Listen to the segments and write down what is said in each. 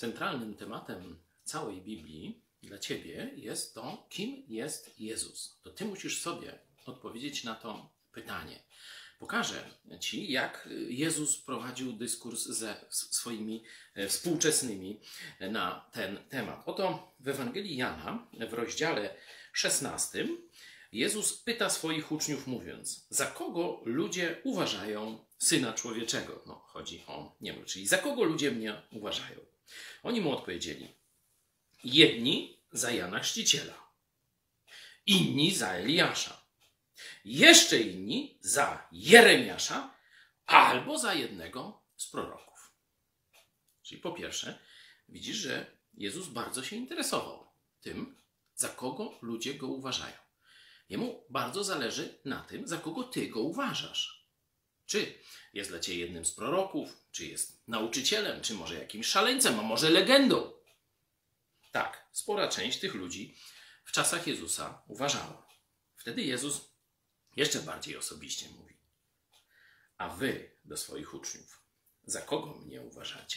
Centralnym tematem całej Biblii dla Ciebie jest to, kim jest Jezus. To Ty musisz sobie odpowiedzieć na to pytanie. Pokażę Ci, jak Jezus prowadził dyskurs ze swoimi współczesnymi na ten temat. Oto w Ewangelii Jana, w rozdziale 16, Jezus pyta swoich uczniów mówiąc, za kogo ludzie uważają Syna Człowieczego? No, chodzi o niebo, czyli za kogo ludzie mnie uważają? Oni mu odpowiedzieli, jedni za Jana Chrzciciela, inni za Eliasza, jeszcze inni za Jeremiasza albo za jednego z proroków. Czyli po pierwsze, widzisz, że Jezus bardzo się interesował tym, za kogo ludzie go uważają. Jemu bardzo zależy na tym, za kogo ty go uważasz. Czy jest dla ciebie jednym z proroków, czy jest nauczycielem, czy może jakimś szaleńcem, a może legendą. Tak, spora część tych ludzi w czasach Jezusa uważała. Wtedy Jezus jeszcze bardziej osobiście mówi. A wy do swoich uczniów, za kogo mnie uważacie?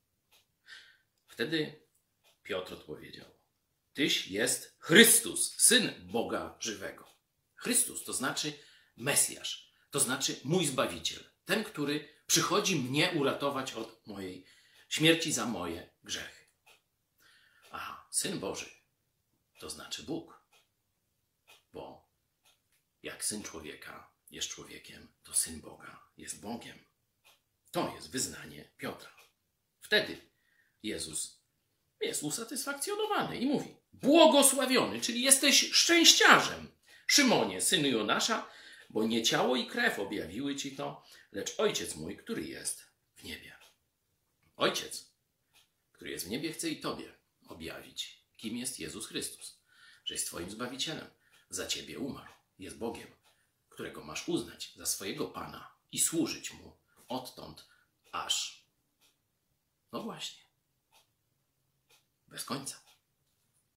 Wtedy Piotr odpowiedział. Tyś jest Chrystus, Syn Boga żywego. Chrystus to znaczy Mesjasz, to znaczy mój Zbawiciel. Ten, który przychodzi mnie uratować od mojej śmierci za moje grzechy. A Syn Boży to znaczy Bóg. Bo jak Syn Człowieka jest człowiekiem, to Syn Boga jest Bogiem. To jest wyznanie Piotra. Wtedy Jezus jest usatysfakcjonowany i mówi, błogosławiony, czyli jesteś szczęściarzem, Szymonie, synu Jonasza, bo nie ciało i krew objawiły ci to, lecz Ojciec mój, który jest w niebie. Ojciec, który jest w niebie, chce i tobie objawić, kim jest Jezus Chrystus, że jest twoim Zbawicielem, za ciebie umarł, jest Bogiem, którego masz uznać za swojego Pana i służyć Mu odtąd aż, no właśnie, bez końca.